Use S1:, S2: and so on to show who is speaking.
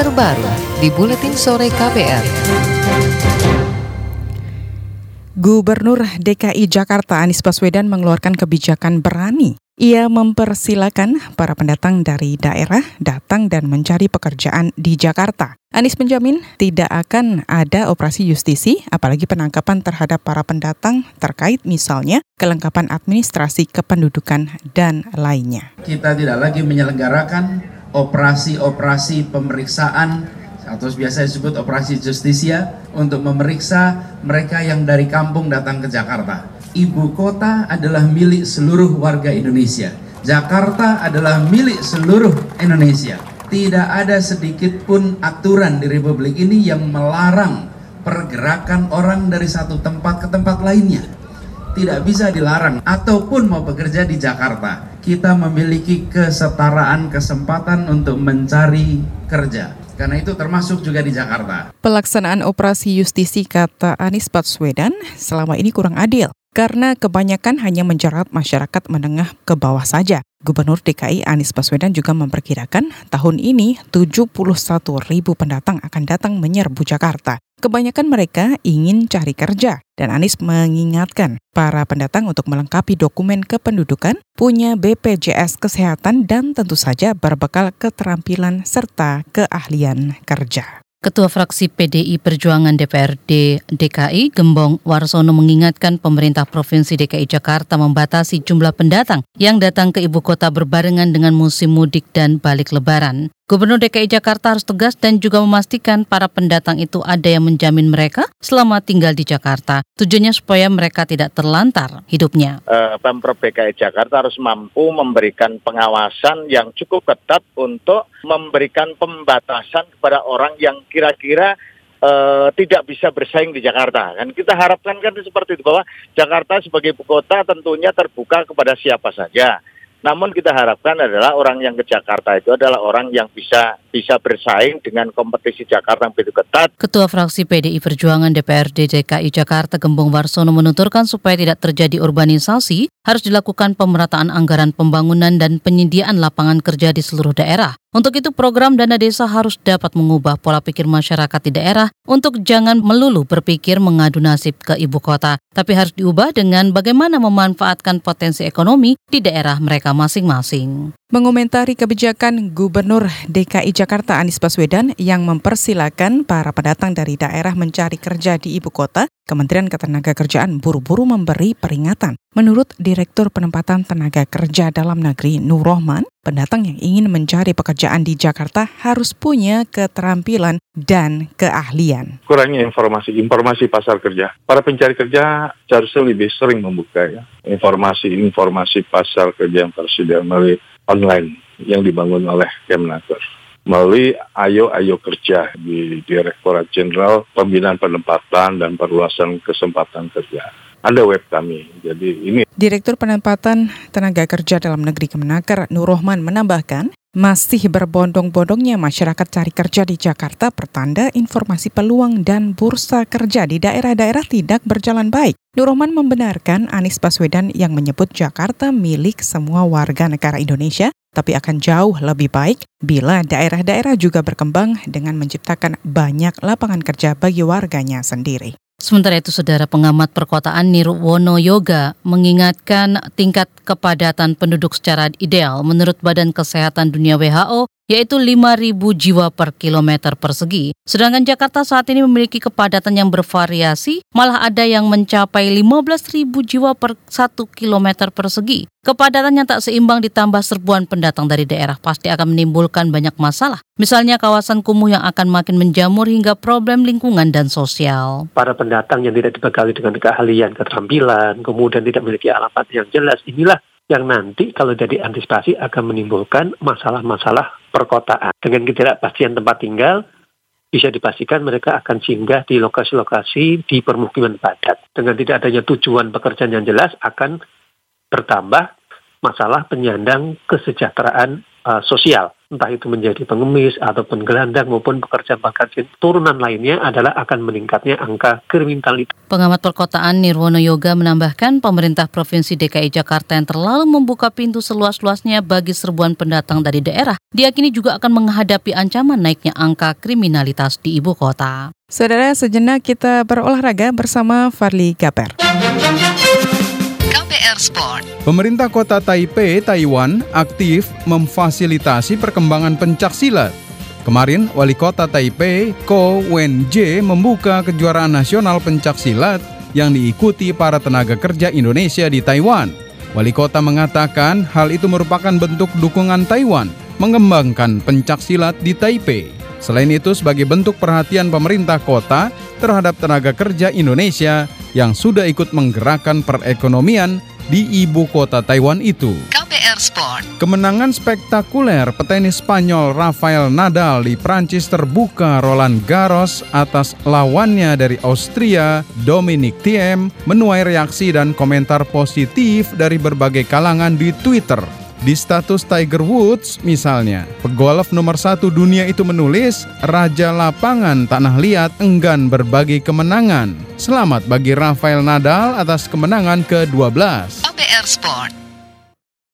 S1: terbaru di Buletin Sore KBR.
S2: Gubernur DKI Jakarta Anies Baswedan mengeluarkan kebijakan berani. Ia mempersilakan para pendatang dari daerah datang dan mencari pekerjaan di Jakarta. Anies menjamin tidak akan ada operasi justisi, apalagi penangkapan terhadap para pendatang terkait misalnya kelengkapan administrasi kependudukan dan lainnya.
S3: Kita tidak lagi menyelenggarakan operasi-operasi pemeriksaan atau biasa disebut operasi justisia untuk memeriksa mereka yang dari kampung datang ke Jakarta. Ibu kota adalah milik seluruh warga Indonesia. Jakarta adalah milik seluruh Indonesia. Tidak ada sedikit pun aturan di Republik ini yang melarang pergerakan orang dari satu tempat ke tempat lainnya. Tidak bisa dilarang ataupun mau bekerja di Jakarta. Kita memiliki kesetaraan kesempatan untuk mencari kerja. Karena itu termasuk juga di Jakarta.
S2: Pelaksanaan operasi justisi, kata Anies Baswedan, selama ini kurang adil karena kebanyakan hanya menjerat masyarakat menengah ke bawah saja. Gubernur DKI Anies Baswedan juga memperkirakan tahun ini 71.000 pendatang akan datang menyerbu Jakarta. Kebanyakan mereka ingin cari kerja, dan Anies mengingatkan para pendatang untuk melengkapi dokumen kependudukan, punya BPJS Kesehatan, dan tentu saja berbekal keterampilan serta keahlian kerja.
S4: Ketua Fraksi PDI Perjuangan DPRD DKI, Gembong Warsono, mengingatkan pemerintah Provinsi DKI Jakarta membatasi jumlah pendatang yang datang ke ibu kota berbarengan dengan musim mudik dan balik lebaran. Gubernur DKI Jakarta harus tegas dan juga memastikan para pendatang itu ada yang menjamin mereka selama tinggal di Jakarta. Tujuannya supaya mereka tidak terlantar hidupnya.
S5: Pemprov DKI Jakarta harus mampu memberikan pengawasan yang cukup ketat untuk memberikan pembatasan kepada orang yang kira-kira tidak bisa bersaing di Jakarta. Kan kita harapkan kan seperti itu, bahwa Jakarta sebagai ibu kota tentunya terbuka kepada siapa saja. Namun kita harapkan adalah orang yang ke Jakarta itu adalah orang yang bisa bersaing dengan kompetisi Jakarta yang begitu ketat.
S4: Ketua Fraksi PDI Perjuangan DPRD DKI Jakarta, Gembong Warsono, menuturkan supaya tidak terjadi urbanisasi, harus dilakukan pemerataan anggaran pembangunan dan penyediaan lapangan kerja di seluruh daerah. Untuk itu, program dana desa harus dapat mengubah pola pikir masyarakat di daerah untuk jangan melulu berpikir mengadu nasib ke ibu kota, tapi harus diubah dengan bagaimana memanfaatkan potensi ekonomi di daerah mereka masing-masing.
S2: Mengomentari kebijakan Gubernur DKI Jakarta Anies Baswedan yang mempersilakan para pendatang dari daerah mencari kerja di ibu kota, Kementerian Ketenagakerjaan buru-buru memberi peringatan. Menurut Direktur Penempatan Tenaga Kerja Dalam Negeri Nur Rohman, pendatang yang ingin mencari pekerjaan di Jakarta harus punya keterampilan dan keahlian.
S6: Kurangnya informasi pasar kerja. Para pencari kerja seharusnya lebih sering membuka informasi pasar kerja yang tersedia melalui online yang dibangun oleh Kemnaker. Melalui Ayo Kerja di Direktorat Jenderal Pembinaan Penempatan dan Perluasan Kesempatan Kerja. Ada web kami, jadi ini.
S2: Direktur Penempatan Tenaga Kerja Dalam Negeri Kemenaker Nur Rohman menambahkan, masih berbondong-bondongnya masyarakat cari kerja di Jakarta pertanda informasi peluang dan bursa kerja di daerah-daerah tidak berjalan baik. Nur Rohman membenarkan Anies Baswedan yang menyebut Jakarta milik semua warga negara Indonesia, tapi akan jauh lebih baik bila daerah-daerah juga berkembang dengan menciptakan banyak lapangan kerja bagi warganya sendiri.
S4: Sementara itu, Saudara, pengamat perkotaan Nirwono Yoga mengingatkan tingkat kepadatan penduduk secara ideal menurut Badan Kesehatan Dunia WHO yaitu 5.000 jiwa per kilometer persegi. Sedangkan Jakarta saat ini memiliki kepadatan yang bervariasi, malah ada yang mencapai 15.000 jiwa per 1 kilometer persegi. Kepadatan yang tak seimbang ditambah serbuan pendatang dari daerah pasti akan menimbulkan banyak masalah. Misalnya kawasan kumuh yang akan makin menjamur hingga problem lingkungan dan sosial.
S7: Para pendatang yang tidak dibekali dengan keahlian, keterampilan, kemudian tidak memiliki alamat yang jelas, inilah yang nanti kalau jadi antisipasi akan menimbulkan masalah-masalah perkotaan. Dengan ketidakpastian tempat tinggal, bisa dipastikan mereka akan singgah di lokasi-lokasi di permukiman padat. Dengan tidak adanya tujuan pekerjaan yang jelas, akan bertambah masalah penyandang kesejahteraan sosial. entah itu menjadi pengemis ataupun gelandang maupun pekerja-pekerja turunan lainnya adalah akan meningkatnya angka kriminalitas.
S4: Pengamat perkotaan Nirwono Yoga menambahkan pemerintah Provinsi DKI Jakarta yang terlalu membuka pintu seluas-luasnya bagi serbuan pendatang dari daerah diyakini juga akan menghadapi ancaman naiknya angka kriminalitas di ibu kota.
S2: Saudara, sejenak kita berolahraga bersama Fadli Gaper.
S1: KBR Sport.
S8: Pemerintah kota Taipei, Taiwan, aktif memfasilitasi perkembangan pencaksilat. Kemarin, Wali Kota Taipei, Ko Wen-je, membuka kejuaraan nasional pencaksilat yang diikuti para tenaga kerja Indonesia di Taiwan. Wali Kota mengatakan hal itu merupakan bentuk dukungan Taiwan mengembangkan pencaksilat di Taipei. Selain itu, sebagai bentuk perhatian pemerintah kota terhadap tenaga kerja Indonesia yang sudah ikut menggerakkan perekonomian di ibu kota Taiwan itu.
S1: KBR Sport.
S8: Kemenangan spektakuler petenis Spanyol Rafael Nadal di Prancis terbuka Roland Garros atas lawannya dari Austria, Dominic Thiem, menuai reaksi dan komentar positif dari berbagai kalangan di Twitter. Di status Tiger Woods misalnya, pegolf nomor 1 dunia itu menulis, Raja Lapangan Tanah Liat enggan berbagi kemenangan. Selamat bagi Rafael Nadal atas kemenangan ke-12.
S1: KBR Sport.